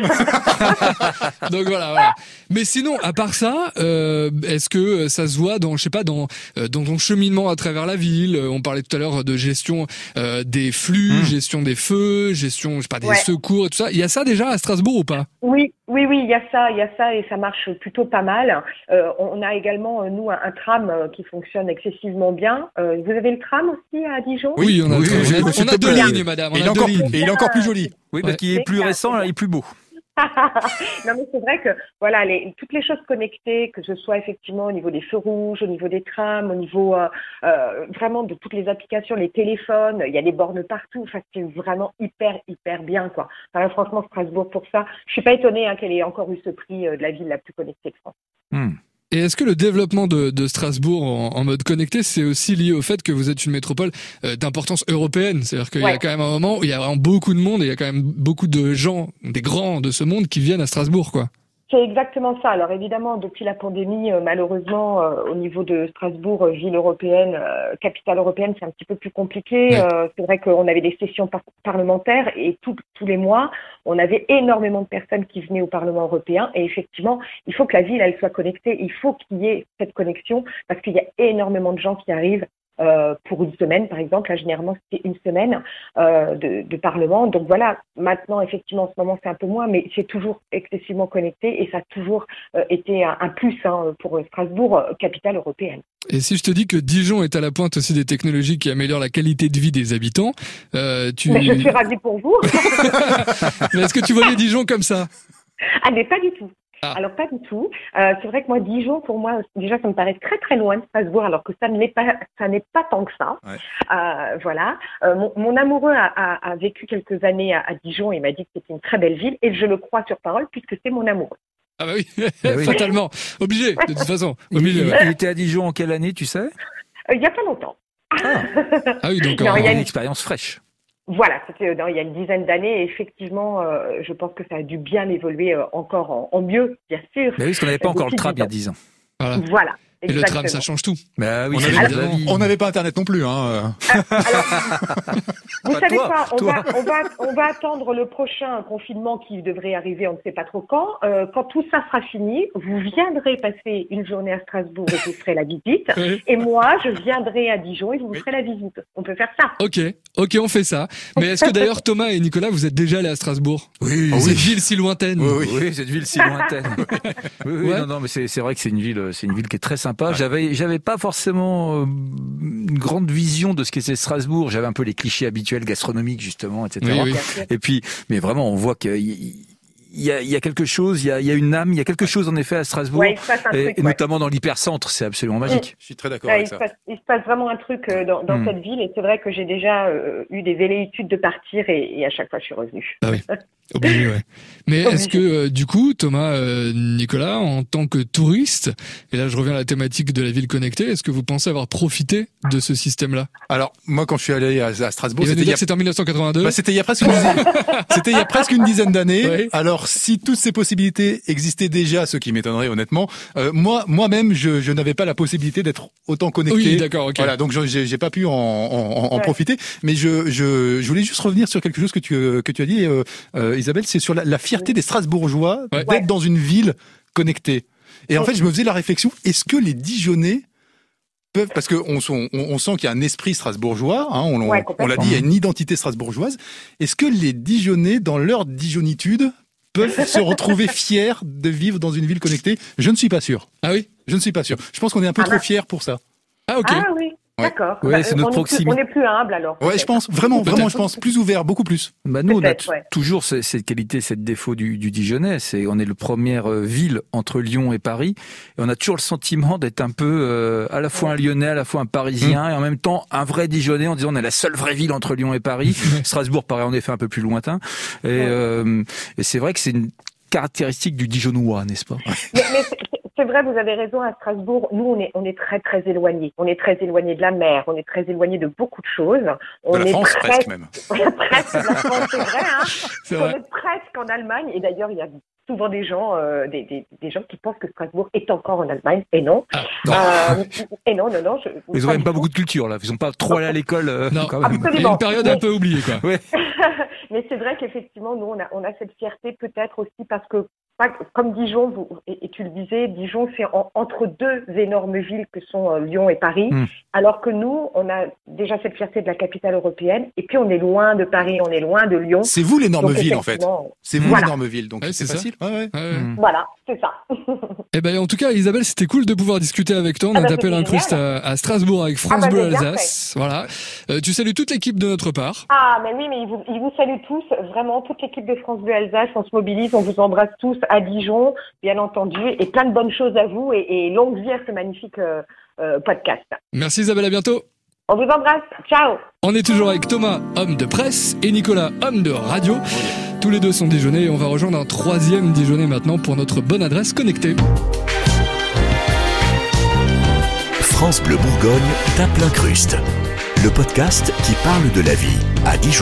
Speaker 2: Donc voilà, voilà. Mais sinon, à part ça, euh, est-ce que ça se voit dans, je sais pas, dans euh, dans ton cheminement à travers la ville? Euh, On parlait tout à l'heure de gestion euh, des flux,
Speaker 4: Mmh.
Speaker 2: gestion des feux, gestion, je sais pas, des
Speaker 5: Ouais.
Speaker 2: secours et tout ça. Il y a ça déjà à Strasbourg ou pas?
Speaker 5: Oui, oui, oui, il y a ça, il y a ça et ça marche plutôt pas mal. Euh, on a également, euh, nous, un, un tram euh, qui fonctionne excessivement bien. Euh, vous avez le tram aussi à Dijon?
Speaker 2: Oui, on a,
Speaker 4: Oui,
Speaker 2: on a-
Speaker 4: oui,
Speaker 2: on a,
Speaker 3: s'il te
Speaker 2: deux
Speaker 3: plaît.
Speaker 2: lignes, madame. On
Speaker 3: Et il
Speaker 2: a
Speaker 3: est
Speaker 2: deux
Speaker 3: encore,
Speaker 2: lignes.
Speaker 3: et il est encore plus joli.
Speaker 4: Oui, parce
Speaker 2: Ouais.
Speaker 4: qu'il est
Speaker 5: C'est
Speaker 4: plus
Speaker 5: ça,
Speaker 4: récent,
Speaker 5: c'est
Speaker 4: là, il est plus beau.
Speaker 5: Non, mais c'est vrai que voilà, les, toutes les choses connectées, que ce soit effectivement au niveau des feux rouges, au niveau des trams, au niveau euh, euh, vraiment de toutes les applications, les téléphones, il y a des bornes partout. Enfin, c'est vraiment hyper hyper bien, quoi. Enfin, là, franchement, Strasbourg pour ça, je suis pas étonnée hein, qu'elle ait encore eu ce prix euh, de la ville la plus connectée de France.
Speaker 4: Hmm.
Speaker 2: Et est-ce que le développement de, de Strasbourg en, en mode connecté, c'est aussi lié au fait que vous êtes une métropole euh, d'importance européenne? C'est-à-dire qu'il y a
Speaker 5: Ouais.
Speaker 2: quand même un moment où il y a vraiment beaucoup de monde et il y a quand même beaucoup de gens, des grands de ce monde qui viennent à Strasbourg, quoi.
Speaker 5: C'est exactement ça. Alors évidemment, depuis la pandémie, euh, malheureusement, euh, au niveau de Strasbourg, euh, ville européenne, euh, capitale européenne, c'est un petit peu plus compliqué.
Speaker 2: Ouais.
Speaker 5: Euh, c'est vrai qu'on avait des sessions par- parlementaires et tout- tous les mois, on avait énormément de personnes qui venaient au Parlement européen. Et effectivement, il faut que la ville, elle soit connectée. Il faut qu'il y ait cette connexion parce qu'il y a énormément de gens qui arrivent euh, pour une semaine, par exemple. Là, généralement, c'était une semaine euh, de, de Parlement. Donc voilà, maintenant, effectivement, en ce moment, c'est un peu moins, mais c'est toujours excessivement connecté et ça a toujours euh, été un, un plus hein, pour Strasbourg, euh, capitale européenne.
Speaker 2: Et si je te dis que Dijon est à la pointe aussi des technologies qui améliorent la qualité de vie des habitants, euh, tu...
Speaker 5: Mais je suis ravie pour vous.
Speaker 2: Mais est-ce que tu voyais Dijon comme ça?
Speaker 5: Ah, mais pas du tout.
Speaker 2: Ah.
Speaker 5: Alors pas du tout. Euh, c'est vrai que moi Dijon pour moi déjà ça me paraît très très loin de Strasbourg alors que ça n'est pas ça n'est pas tant que ça.
Speaker 3: Ouais.
Speaker 5: Euh, voilà. Euh, mon, mon amoureux a, a, a vécu quelques années à, à Dijon et m'a dit que c'était une très belle ville et je le crois sur parole puisque c'est mon amoureux.
Speaker 2: Ah bah oui,
Speaker 4: Bah oui.
Speaker 2: fatalement. Obligé, de toute façon.
Speaker 4: Il,
Speaker 2: Obligé,
Speaker 4: il-
Speaker 2: ouais.
Speaker 4: il était à Dijon en quelle année, tu sais?
Speaker 5: Euh, il y a pas longtemps.
Speaker 4: Ah,
Speaker 2: Ah oui, donc
Speaker 5: Non,
Speaker 2: en-
Speaker 5: il y a
Speaker 4: une
Speaker 5: une-
Speaker 4: expérience fraîche.
Speaker 5: Voilà, c'était euh, non, il y a une dizaine d'années et effectivement euh, je pense que ça a dû bien évoluer euh, encore en, en mieux, bien sûr.
Speaker 4: Mais oui, parce qu'on n'avait pas encore le
Speaker 5: Depuis
Speaker 4: tram il y a
Speaker 5: dix
Speaker 4: dix ans.
Speaker 2: voilà.
Speaker 5: Voilà.
Speaker 2: Et le
Speaker 5: exactement.
Speaker 2: tram, ça change tout.
Speaker 4: Bah oui,
Speaker 3: On
Speaker 4: c'est
Speaker 3: avait-
Speaker 4: la vie.
Speaker 3: On n'avait pas Internet non plus. Hein.
Speaker 5: Vous
Speaker 4: Pas
Speaker 5: savez
Speaker 4: toi,
Speaker 5: quoi, on
Speaker 4: toi.
Speaker 5: va, on, va, on va attendre le prochain confinement qui devrait arriver, on ne sait pas trop quand. Euh, quand tout ça sera fini, vous viendrez passer une journée à Strasbourg et vous ferez la visite.
Speaker 2: Oui.
Speaker 5: Et moi, je viendrai à Dijon et vous
Speaker 3: Oui.
Speaker 5: ferez la visite. On peut faire ça.
Speaker 2: Ok, ok, on fait ça. Mais est-ce que d'ailleurs Thomas et Nicolas, vous êtes déjà allés à Strasbourg?
Speaker 4: Oui,
Speaker 2: Cette ville si lointaine.
Speaker 3: Oui, oui.
Speaker 4: Oui, cette ville si lointaine. Oui, oui,
Speaker 2: Ouais.
Speaker 4: non, non, mais c'est c'est vrai que c'est une ville, c'est une ville qui est très sympa. J'avais, j'avais pas forcément euh, une grande vision de ce qu'était Strasbourg. J'avais un peu les clichés habituels gastronomiques justement, et cetera.
Speaker 2: Oui, oui.
Speaker 5: Bien sûr.
Speaker 4: Et puis, mais vraiment, on voit qu'il y, il y a, il y a quelque chose, il y a, il y a une âme, il y a quelque chose en effet à Strasbourg,
Speaker 5: Ouais, il se passe un
Speaker 4: et,
Speaker 5: truc.
Speaker 4: et
Speaker 5: ouais.
Speaker 4: notamment dans l'hypercentre, c'est absolument magique.
Speaker 3: Je suis très d'accord
Speaker 5: Ouais,
Speaker 3: avec
Speaker 5: il, se
Speaker 3: ça.
Speaker 5: passe, il se passe vraiment un truc euh, dans, dans
Speaker 4: Hmm.
Speaker 5: cette ville et c'est vrai que j'ai déjà euh, eu des velléitudes de partir et, et à chaque fois je suis revenue.
Speaker 2: Obligé, ouais. Mais
Speaker 5: Obligé.
Speaker 2: est-ce que, euh, du coup, Thomas, euh, Nicolas, en tant que touriste, et là je reviens à la thématique de la ville connectée, est-ce que vous pensez avoir profité de ce système-là?
Speaker 3: Alors moi quand je suis allé à, à Strasbourg,
Speaker 2: Il va nous
Speaker 3: c'était il y
Speaker 2: dire
Speaker 3: a
Speaker 2: que c'était en dix-neuf cent quatre-vingt-deux.
Speaker 3: Bah, c'était il y a presque une dizaine, c'était il y a presque une dizaine d'années.
Speaker 2: Oui.
Speaker 3: Alors si toutes ces possibilités existaient déjà, ce qui m'étonnerait honnêtement, euh, moi moi-même je, je n'avais pas la possibilité d'être autant connecté.
Speaker 2: Oui, d'accord, ok.
Speaker 3: Voilà, donc je- j'ai j'ai pas pu en, en, en
Speaker 5: Ouais.
Speaker 3: profiter. Mais je, je je voulais juste revenir sur quelque chose que tu que tu as dit, euh, euh, Isabelle, c'est sur la, la fierté des Strasbourgeois
Speaker 2: Ouais.
Speaker 3: d'être
Speaker 5: Ouais.
Speaker 3: dans une ville connectée. Et en fait, je me faisais la réflexion, est-ce que les Dijonnais peuvent, parce que on, on, on sent qu'il y a un esprit strasbourgeois, hein, on,
Speaker 5: Ouais,
Speaker 3: on l'a dit, il y a une identité strasbourgeoise. Est-ce que les Dijonnais, dans leur dijonitude, peuvent se retrouver fiers de vivre dans une ville connectée? Je ne suis pas sûr.
Speaker 2: Ah oui?
Speaker 3: Je ne suis pas sûr. Je pense qu'on est un peu
Speaker 5: Ah
Speaker 3: trop
Speaker 5: bah.
Speaker 3: fiers pour ça.
Speaker 2: Ah ok.
Speaker 5: Ah oui,
Speaker 3: Ouais.
Speaker 5: d'accord.
Speaker 4: Ouais,
Speaker 5: Bah,
Speaker 4: c'est
Speaker 5: on
Speaker 4: notre
Speaker 5: est
Speaker 4: proximité.
Speaker 5: plus- On est plus humble alors.
Speaker 3: Ouais, je pense, vraiment,
Speaker 2: Peut-être.
Speaker 3: vraiment, je pense, plus ouvert, beaucoup plus.
Speaker 4: Bah nous, on a
Speaker 5: Peut-être,
Speaker 4: t-
Speaker 5: ouais.
Speaker 4: toujours ce- cette qualité, cette défaut du, du Dijonnais. C'est, on est le première euh, ville entre Lyon et Paris, et on a toujours le sentiment d'être un peu euh, à la fois un Lyonnais, à la fois un Parisien, et en même temps un vrai Dijonnais, en disant on est la seule vraie ville entre Lyon et Paris. Strasbourg paraît en effet un peu plus lointain, et, euh, et c'est vrai que c'est une caractéristique du Dijonnois, n'est-ce pas?
Speaker 5: Mais, mais c'est- c'est vrai, vous avez raison, à Strasbourg, nous, on est, on est très, très éloignés. On est très éloignés de la mer, on est très éloignés de beaucoup de choses. On
Speaker 3: De la
Speaker 5: est
Speaker 3: France,
Speaker 5: presque,
Speaker 3: presque même.
Speaker 5: presque de la France, c'est vrai, hein.
Speaker 2: C'est
Speaker 5: On
Speaker 2: vrai.
Speaker 5: est presque en Allemagne. Et d'ailleurs, il y a souvent des gens, euh, des, des, des gens qui pensent que Strasbourg est encore en Allemagne. Et non.
Speaker 2: non.
Speaker 5: Euh, et non, non, non. Je,
Speaker 4: Ils ont même
Speaker 5: du
Speaker 4: pas
Speaker 5: tout.
Speaker 4: beaucoup de culture, là. Ils ont pas trop allé à l'école, euh,
Speaker 2: Non.
Speaker 4: quand même.
Speaker 2: Il y a
Speaker 5: Absolument.
Speaker 2: une période un peu oubliée, quoi.
Speaker 4: Ouais.
Speaker 5: Mais c'est vrai qu'effectivement, nous, on a, on a cette fierté peut-être aussi parce que, pas- comme Dijon, vous, et, et tu le disais, Dijon, c'est en- entre deux énormes villes que sont euh, Lyon et Paris,
Speaker 4: Mm.
Speaker 5: alors que nous, on a déjà cette fierté de la capitale européenne, et puis on est loin de Paris, on est loin de Lyon.
Speaker 3: C'est vous l'énorme
Speaker 5: Donc,
Speaker 3: ville, en fait.
Speaker 5: effectivement,
Speaker 3: C'est vous
Speaker 5: Voilà.
Speaker 3: l'énorme ville, donc
Speaker 2: Ouais,
Speaker 3: c'est
Speaker 2: c'est ça.
Speaker 3: facile. Ouais, ouais.
Speaker 2: Ouais, ouais.
Speaker 4: Mm.
Speaker 5: Voilà, c'est ça.
Speaker 2: Eh ben, en tout cas, Isabelle, c'était cool de pouvoir discuter avec toi. On
Speaker 5: Ah
Speaker 2: a
Speaker 5: bah,
Speaker 2: tapé
Speaker 5: c'était
Speaker 2: l'incruste à, à Strasbourg avec France
Speaker 5: Ah bah,
Speaker 2: Bleu
Speaker 5: j'ai bien
Speaker 2: Alsace. Voilà. Euh, tu salues toute l'équipe de notre part.
Speaker 5: Ah, mais oui, mais ils vous, ils vous saluent tous, vraiment, toute l'équipe de France Bleu Alsace, on se mobilise, on vous embrasse tous à Dijon, bien entendu, et plein de bonnes choses à vous, et, et longue vie à ce magnifique euh, euh, podcast.
Speaker 2: Merci Isabelle, à bientôt.
Speaker 5: On vous embrasse, ciao.
Speaker 2: On est toujours avec Thomas, homme de presse, et Nicolas, homme de radio. Tous les deux sont Dijonnais et on va rejoindre un troisième Dijonnais maintenant pour notre bonne adresse connectée.
Speaker 1: France Bleu Bourgogne tape l'incruste. Le podcast qui parle de la vie à Dijon.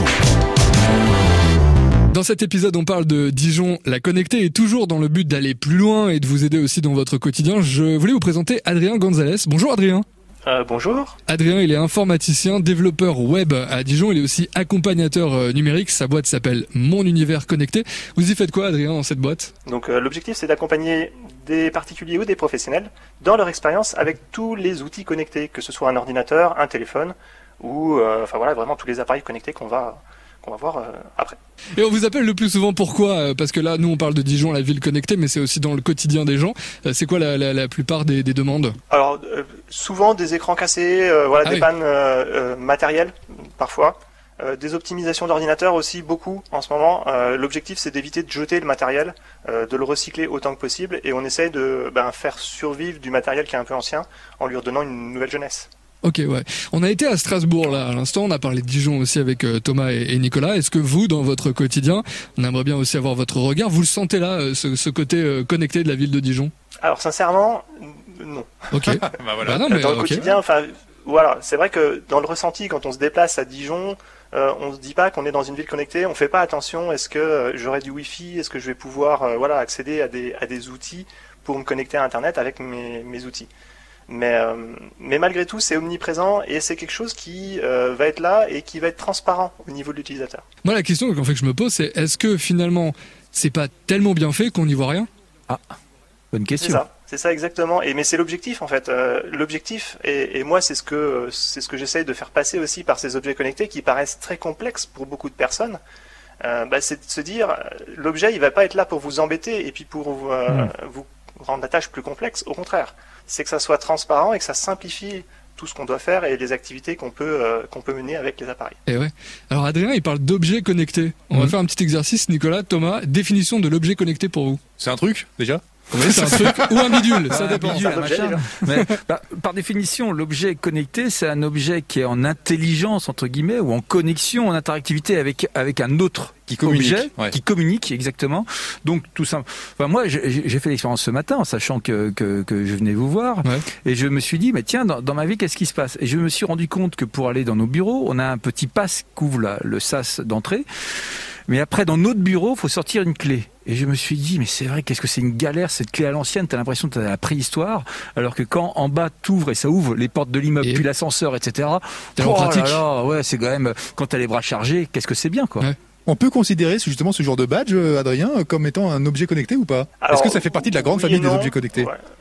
Speaker 2: Dans cet épisode, on parle de Dijon, la connectée, et toujours dans le but d'aller plus loin et de vous aider aussi dans votre quotidien, je voulais vous présenter Adrien Gonzalez. Bonjour Adrien.
Speaker 6: Euh, bonjour.
Speaker 2: Adrien, il est informaticien, développeur web à Dijon. Il est aussi accompagnateur euh, numérique. Sa boîte s'appelle Mon Univers Connecté. Vous y faites quoi, Adrien, dans cette boîte?
Speaker 6: Donc euh, l'objectif c'est d'accompagner des particuliers ou des professionnels dans leur expérience avec tous les outils connectés, que ce soit un ordinateur, un téléphone ou euh, enfin voilà vraiment tous les appareils connectés qu'on va qu'on va voir euh, après.
Speaker 2: Et on vous appelle le plus souvent pourquoi? Euh, Parce que là, nous, on parle de Dijon, la ville connectée, mais c'est aussi dans le quotidien des gens. Euh, C'est quoi la, la, la plupart des, des demandes?
Speaker 6: Alors euh, souvent des écrans cassés, euh, voilà
Speaker 2: Ah
Speaker 6: des
Speaker 2: oui.
Speaker 6: pannes euh, euh, matérielles parfois. Euh, des optimisations d'ordinateurs aussi, beaucoup en ce moment. Euh, L'objectif c'est d'éviter de jeter le matériel, euh, de le recycler autant que possible, et on essaye de ben, faire survivre du matériel qui est un peu ancien en lui redonnant une nouvelle jeunesse.
Speaker 2: Ok, ouais. On a été à Strasbourg, là, à l'instant. On a parlé de Dijon aussi avec euh, Thomas et, et Nicolas. Est-ce que vous, dans votre quotidien, on aimerait bien aussi avoir votre regard, vous le sentez là, euh, ce, ce côté euh, connecté de la ville de Dijon?
Speaker 6: Alors sincèrement, n- non.
Speaker 2: Ok.
Speaker 3: Bah voilà.
Speaker 2: Bah non, mais
Speaker 6: dans le
Speaker 2: ok.
Speaker 6: quotidien, enfin voilà, c'est vrai que dans le ressenti, quand on se déplace à Dijon, euh, on se dit pas qu'on est dans une ville connectée, on fait pas attention. Est-ce que euh, j'aurai du Wi-Fi? Est-ce que je vais pouvoir euh, voilà accéder à des à des outils pour me connecter à Internet avec mes mes outils? Mais, euh, mais malgré tout, c'est omniprésent et c'est quelque chose qui euh, va être là et qui va être transparent au niveau de l'utilisateur.
Speaker 2: Moi, la question qu'en fait que je me pose, c'est est-ce que finalement, c'est pas tellement bien fait qu'on n'y voit rien?
Speaker 4: Bonne
Speaker 6: C'est
Speaker 4: question.
Speaker 6: ça, c'est ça exactement. Et mais c'est l'objectif en fait. Euh, l'objectif et, et moi c'est ce que c'est ce que j'essaye de faire passer aussi par ces objets connectés qui paraissent très complexes pour beaucoup de personnes. Euh, bah, c'est de se dire euh, l'objet il va pas être là pour vous embêter et puis pour vous, euh,
Speaker 4: Mm.
Speaker 6: vous rendre la tâche plus complexe. Au contraire, c'est que ça soit transparent et que ça simplifie tout ce qu'on doit faire et les activités qu'on peut euh, qu'on peut mener avec les appareils.
Speaker 2: Et ouais. Alors Adrien, il parle d'objets connectés. On va
Speaker 4: Mhm.
Speaker 2: faire un petit exercice, Nicolas, Thomas. Définition de l'objet connecté pour vous.
Speaker 3: C'est un truc, déjà?
Speaker 2: Oui, c'est un truc ou un bidule, ça
Speaker 4: Ah,
Speaker 2: dépend.
Speaker 4: bidule,
Speaker 6: C'est un objet,
Speaker 4: machin.
Speaker 6: déjà.
Speaker 4: Mais, bah, par définition, l'objet connecté, c'est un objet qui est en intelligence, entre guillemets, ou en connexion, en interactivité avec, avec un autre
Speaker 3: Qui communique,
Speaker 4: objet,
Speaker 3: ouais.
Speaker 4: qui communique, exactement. Donc, tout simple. Enfin, moi, j'ai j'ai fait l'expérience ce matin, en sachant que, que, que je venais vous voir,
Speaker 2: Ouais.
Speaker 4: et je me suis dit, mais tiens, dans, dans ma vie, qu'est-ce qui se passe? Et je me suis rendu compte que pour aller dans nos bureaux, on a un petit pass qui couvre la- le sas d'entrée. Mais après, dans notre bureau, il faut sortir une clé. Et je me suis dit, mais c'est vrai, qu'est-ce que c'est une galère, cette clé à l'ancienne, t'as l'impression que t'es à la préhistoire, alors que quand en bas t'ouvres et ça ouvre les portes de l'immeuble,
Speaker 2: Et-
Speaker 4: puis l'ascenseur, et cetera.
Speaker 2: Tellement
Speaker 4: oh là
Speaker 2: pratique.
Speaker 4: là, ouais, c'est quand même, quand t'as les bras chargés, qu'est-ce que c'est bien, quoi.
Speaker 2: Ouais.
Speaker 3: On peut considérer justement ce genre de badge, euh, Adrien, comme étant un objet connecté ou pas? Est-ce
Speaker 6: Alors,
Speaker 3: que ça fait partie de la grande
Speaker 6: oui
Speaker 3: famille
Speaker 6: et
Speaker 3: des
Speaker 6: non.
Speaker 3: objets connectés?
Speaker 6: Ouais.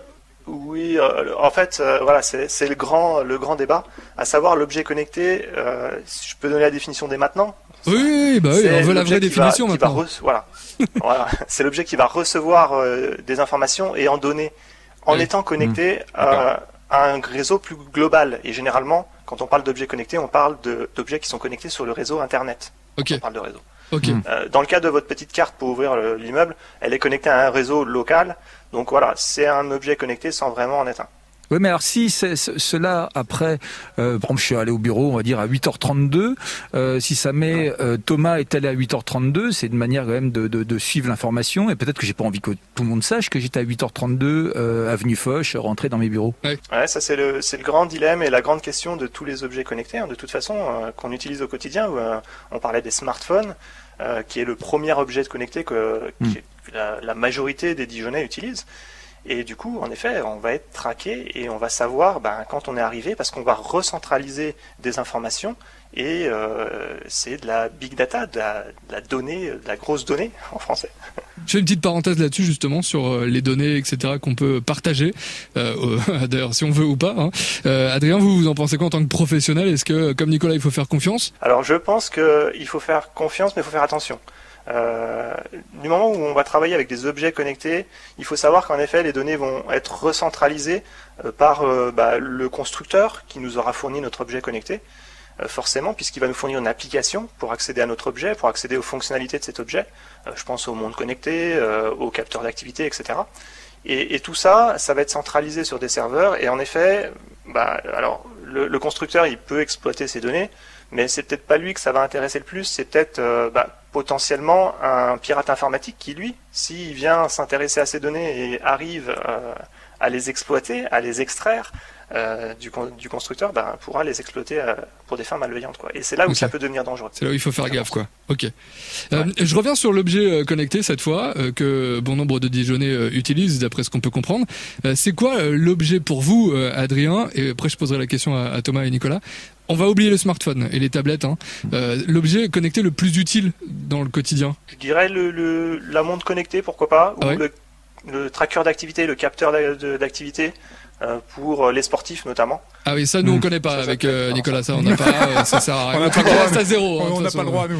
Speaker 6: Oui, euh, en fait, euh, voilà, c'est, c'est le grand, le grand débat, à savoir l'objet connecté. Euh, je peux donner la définition dès maintenant.
Speaker 2: Oui, oui, bah oui,
Speaker 6: C'est
Speaker 2: on veut la vraie
Speaker 6: l'objet qui va-
Speaker 2: définition
Speaker 6: qui va
Speaker 2: maintenant.
Speaker 6: rece- voilà, voilà, c'est l'objet qui va recevoir euh, des informations et en donner, en
Speaker 2: Oui.
Speaker 6: étant connecté
Speaker 3: Mmh.
Speaker 6: euh, à un réseau plus global. Et généralement, quand on parle d'objets connectés, on parle de, d'objets qui sont connectés sur le réseau Internet.
Speaker 2: Ok,
Speaker 6: On parle de réseau.
Speaker 2: ok.
Speaker 4: Mm.
Speaker 6: Euh, dans le cas de votre petite carte pour ouvrir le- l'immeuble, elle est connectée à un réseau local. Donc voilà, c'est un objet connecté sans vraiment en être un.
Speaker 4: Oui, mais alors si c'est, c'est- cela, après, euh, par exemple, je suis allé au bureau, on va dire, à huit heures trente-deux, euh, si ça met euh, Thomas est allé à huit heures trente-deux, c'est une manière quand même de, de, de suivre l'information, et peut-être que j'ai pas envie que tout le monde sache que j'étais à huit heures trente-deux, euh, avenue Foch, rentré dans mes bureaux.
Speaker 6: Ouais, ça c'est le, c'est le grand dilemme et la grande question de tous les objets connectés, hein, de toute façon, euh, qu'on utilise au quotidien. Où, euh, on parlait des smartphones, euh, qui est le premier objet connecté que,
Speaker 4: Mm.
Speaker 6: que la, la majorité des Dijonnais utilisent. Et du coup, en effet, on va être traqué et on va savoir ben, quand on est arrivé, parce qu'on va recentraliser des informations et euh, c'est de la big data, de la, de la donnée, de la grosse donnée en français.
Speaker 2: Je fais une petite parenthèse là-dessus justement sur euh, les données, et cetera qu'on peut partager. Euh, euh, d'ailleurs, si on veut ou pas. Hein. Euh, Adrien, vous vous en pensez quoi en tant que professionnel? Est-ce que, comme Nicolas, il faut faire confiance?
Speaker 6: Alors je pense qu'il faut faire confiance, mais il faut faire attention. Euh, du moment où on va travailler avec des objets connectés, il faut savoir qu'en effet les données vont être recentralisées euh, par euh, bah, le constructeur qui nous aura fourni notre objet connecté, euh, forcément, puisqu'il va nous fournir une application pour accéder à notre objet, pour accéder aux fonctionnalités de cet objet. Euh, je pense au monde connecté, euh, aux capteurs d'activité, et cetera. Et, et tout ça, ça va être centralisé sur des serveurs. Et en effet, bah, alors le, le constructeur, il peut exploiter ces données, mais c'est peut-être pas lui que ça va intéresser le plus. C'est peut-être euh, bah, potentiellement un pirate informatique qui, lui, s'il vient s'intéresser à ces données et arrive euh, à les exploiter, à les extraire euh, du, con- du constructeur, bah, pourra les exploiter euh, pour des fins malveillantes, quoi. Et c'est là où
Speaker 2: Ok.
Speaker 6: ça peut devenir dangereux.
Speaker 2: C'est là où il faut faire gaffe, quoi. Ok. Euh, je reviens sur l'objet euh, connecté cette fois euh, que bon nombre de Dijonnais euh, utilisent, d'après ce qu'on peut comprendre. Euh, c'est quoi euh, l'objet pour vous, euh, Adrien? Et après, je poserai la question à, à Thomas et Nicolas. On va oublier le smartphone et les tablettes. Hein. Euh, l'objet connecté le plus utile dans le quotidien.
Speaker 6: Je dirais le, le, la montre connectée, pourquoi pas,
Speaker 2: Ah
Speaker 6: ou
Speaker 2: ouais.
Speaker 6: le, le tracker d'activité, le capteur d'a- de- d'activité, euh, pour les sportifs notamment.
Speaker 2: Ah oui, ça nous on
Speaker 4: Mmh.
Speaker 2: connaît pas
Speaker 6: Ça, ça
Speaker 2: avec
Speaker 6: peut être
Speaker 2: euh,
Speaker 6: marrant,
Speaker 2: Nicolas. Ça on n'a pas. euh, ça sert à rien.
Speaker 3: On n'a pas
Speaker 2: On
Speaker 3: le droit,
Speaker 2: reste à zéro. hein, de
Speaker 3: On
Speaker 2: toute
Speaker 3: n'a
Speaker 2: façon.
Speaker 3: pas le droit à nous.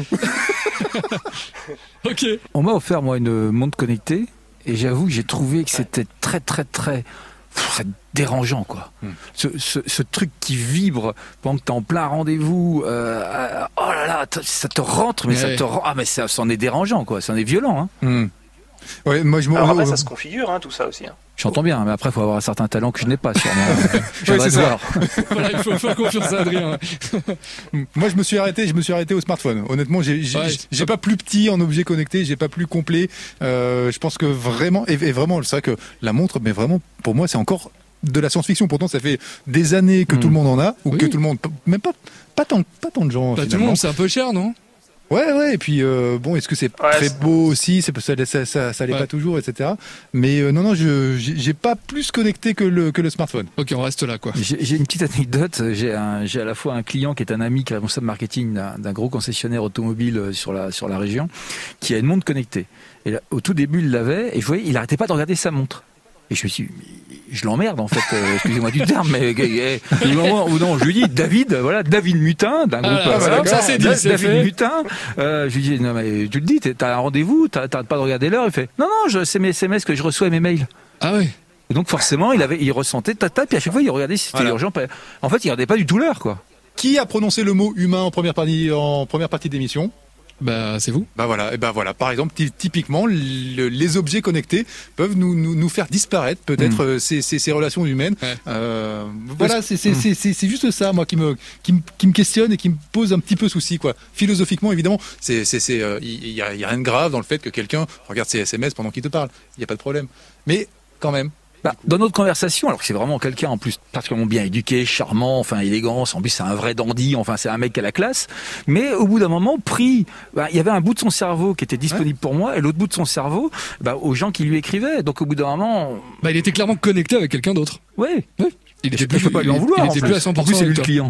Speaker 2: Ok.
Speaker 4: On m'a offert, moi, une montre connectée, et j'avoue que j'ai trouvé que c'était très, très, très... pff, c'est dérangeant, quoi.
Speaker 3: Hmm.
Speaker 4: Ce, ce, ce truc qui vibre pendant que t'es en plein rendez-vous, euh, euh, oh là là, t- ça te rentre, mais
Speaker 2: Ouais.
Speaker 4: ça te rend... Ah, mais ça, c'en est dérangeant, quoi. C'en est violent, hein.
Speaker 3: Hmm. Ouais, moi je me.
Speaker 6: Alors après, ça se configure, hein, tout ça aussi. Hein.
Speaker 4: J'entends bien, mais après, il faut avoir un certain talent que je n'ai pas, sûrement. Je
Speaker 3: Ouais,
Speaker 4: voudrais
Speaker 3: c'est
Speaker 4: te
Speaker 3: ça.
Speaker 4: voir.
Speaker 2: Voilà, il faut faire confiance à Adrien.
Speaker 3: Moi, je me suis arrêté. Je me suis arrêté au smartphone. Honnêtement, j'ai j'ai
Speaker 2: Ouais,
Speaker 3: j'ai pas plus petit en objet connecté. J'ai pas plus complet. Euh, je pense que vraiment, et, et vraiment, c'est vrai que la montre, mais vraiment, pour moi, c'est encore de la science-fiction. Pourtant, ça fait des années que
Speaker 4: Mm.
Speaker 3: tout le monde en a, ou
Speaker 2: Oui.
Speaker 3: que tout le monde, même pas, pas tant, pas tant de gens.
Speaker 2: Bah, tout le
Speaker 3: finalement.
Speaker 2: monde, c'est un peu cher, non?
Speaker 3: Ouais, ouais, et puis euh, bon, est-ce que c'est
Speaker 6: Ouais,
Speaker 3: très
Speaker 6: c'est-
Speaker 3: beau aussi? C'est ça, ça, ça, ça l'est
Speaker 2: Ouais.
Speaker 3: pas toujours, et cetera. Mais euh, non, non, je j'ai j'ai pas plus connecté que le que le smartphone.
Speaker 2: Ok, on reste là, quoi.
Speaker 4: J'ai j'ai une petite anecdote. J'ai un- j'ai à la fois un client qui est un ami, qui est responsable marketing d'un d'un gros concessionnaire automobile euh, sur la, sur la région, qui a une montre connectée. Et là, au tout début, il l'avait, et je voyais, il arrêtait pas de regarder sa montre. Et je me suis dit, mais je l'emmerde en fait, euh, excusez-moi du terme, mais euh, euh, au moment où non, je lui dis David, voilà, David Mutin, d'un
Speaker 2: Ah
Speaker 4: groupe,
Speaker 2: là,
Speaker 4: euh,
Speaker 2: ça,
Speaker 4: voilà,
Speaker 2: ça, c'est dit,
Speaker 4: Da-
Speaker 2: c'est
Speaker 4: David
Speaker 2: fait.
Speaker 4: Mutin, euh, je lui dis non mais tu le dis, t'es- t'as un rendez-vous, t'as- t'arrêtes pas de regarder l'heure, il fait non non, je, c'est mes S M S que je reçois et mes mails.
Speaker 2: Ah ouais.
Speaker 4: Et donc forcément, il avait, il ressentait tata, puis à chaque fois il regardait si c'était
Speaker 3: Voilà.
Speaker 4: urgent. pas- En fait, il regardait pas du tout l'heure quoi.
Speaker 3: Qui a prononcé le mot humain en première partie en première partie d'émission?
Speaker 2: Bah, c'est vous.
Speaker 3: Bah voilà, et ben voilà. Par exemple, ty- typiquement, le- les objets connectés peuvent nous, nous, nous faire disparaître peut-être euh, ces, ces, ces relations humaines.
Speaker 2: Ouais.
Speaker 3: Euh, voilà, c'est c'est c'est c'est c'est juste ça, moi, qui me qui me qui me questionne et qui me pose un petit peu souci, quoi. Philosophiquement, évidemment, c'est c'est c'est euh, il y, a il y a rien de grave dans le fait que quelqu'un regarde ses S M S pendant qu'il te parle. Il y a pas de problème. Mais quand même.
Speaker 4: Bah, dans notre conversation, alors que c'est vraiment quelqu'un en plus particulièrement bien éduqué, charmant, enfin élégance, en plus c'est un vrai dandy, enfin c'est un mec qui a la classe, mais au bout d'un moment pris, bah, il y avait un bout de son cerveau qui était disponible pour moi et l'autre bout de son cerveau bah, aux gens qui lui écrivaient. Donc au bout d'un moment,
Speaker 2: Bah, il était clairement connecté avec quelqu'un d'autre.
Speaker 4: ouais,
Speaker 2: Il
Speaker 4: je
Speaker 2: était plus,
Speaker 4: peux pas lui en
Speaker 2: il-
Speaker 4: vouloir.
Speaker 2: il
Speaker 4: en
Speaker 2: était
Speaker 4: plus.
Speaker 2: plus à cent
Speaker 4: En
Speaker 2: pour
Speaker 4: plus
Speaker 2: cent
Speaker 4: c'est lui
Speaker 2: avec
Speaker 4: le
Speaker 2: toi.
Speaker 4: client.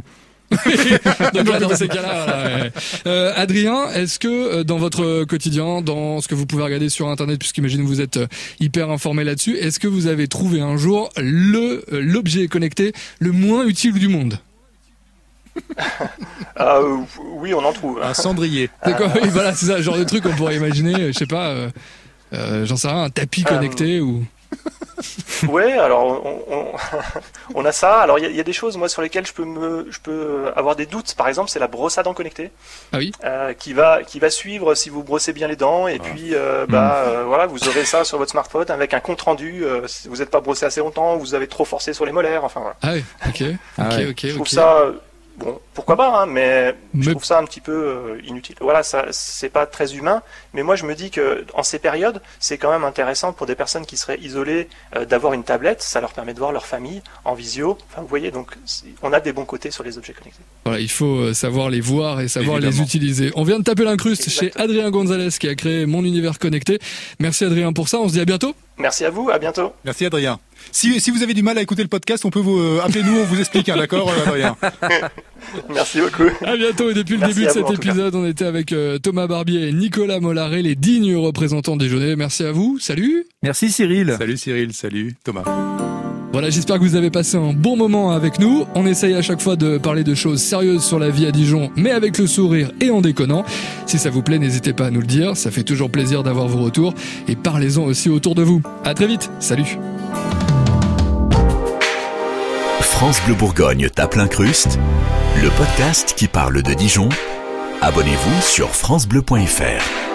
Speaker 2: Donc là, dans ces cas-là, voilà, ouais. euh, Adrien, est-ce que euh, dans votre quotidien, dans ce que vous pouvez regarder sur Internet, puisqu'imagine vous êtes euh, hyper informé là-dessus, est-ce que vous avez trouvé un jour le euh, l'objet connecté le moins utile du monde?
Speaker 6: euh, Oui, on en trouve.
Speaker 3: Un cendrier.
Speaker 2: D'accord, oui, voilà, c'est ça, le genre de truc qu'on pourrait imaginer, euh, je sais pas, euh, euh, j'en sais rien, un tapis connecté euh... ou...
Speaker 6: Ouais, alors on, on, on a ça. Alors il y a, y a des choses moi sur lesquelles je peux me, je peux avoir des doutes. Par exemple, c'est la brosse à dents connectée,
Speaker 2: ah oui,
Speaker 6: euh, qui va, qui va suivre si vous brossez bien les dents. Et ah. puis, euh, bah mmh. euh, voilà, vous aurez ça sur votre smartphone avec un compte rendu. Euh, si vous n'êtes pas brossé assez longtemps, vous avez trop forcé sur les molaires. Enfin voilà.
Speaker 2: Ah oui, ok, ok,
Speaker 4: ah ouais.
Speaker 2: ok.
Speaker 6: Je trouve
Speaker 2: okay.
Speaker 6: ça. Bon, pourquoi pas, hein, mais, mais je trouve ça un petit peu euh, inutile. Voilà, ça, c'est pas très humain, mais moi je me dis que en ces périodes, c'est quand même intéressant pour des personnes qui seraient isolées euh, d'avoir une tablette. Ça leur permet de voir leur famille en visio. Enfin, vous voyez, donc on a des bons côtés sur les objets connectés.
Speaker 2: Voilà, il faut savoir les voir et savoir Évidemment. les utiliser. On vient de taper l'incruste Exactement. chez Adrien Gonzalez qui a créé Mon Univers Connecté. Merci Adrien pour ça. On se dit à bientôt.
Speaker 6: Merci à vous, à bientôt.
Speaker 3: Merci Adrien. Si, si vous avez du mal à écouter le podcast, on peut vous euh, appeler nous, on vous explique, hein, d'accord Adrien.
Speaker 6: Merci beaucoup.
Speaker 2: À bientôt. Et depuis le
Speaker 6: Merci
Speaker 2: début de
Speaker 6: vous,
Speaker 2: cet épisode, on était avec euh, Thomas Barbier et Nicolas Mollaret, les dignes représentants des Dijonnais. Merci à vous. Salut.
Speaker 4: Merci Cyril.
Speaker 3: Salut Cyril, salut Thomas.
Speaker 2: Voilà, j'espère que vous avez passé un bon moment avec nous. On essaye à chaque fois de parler de choses sérieuses sur la vie à Dijon, mais avec le sourire et en déconnant. Si ça vous plaît, n'hésitez pas à nous le dire. Ça fait toujours plaisir d'avoir vos retours. Et parlez-en aussi autour de vous. À très vite. Salut.
Speaker 1: France Bleu Bourgogne tape l'incruste, le podcast qui parle de Dijon. Abonnez-vous sur francebleu point fr.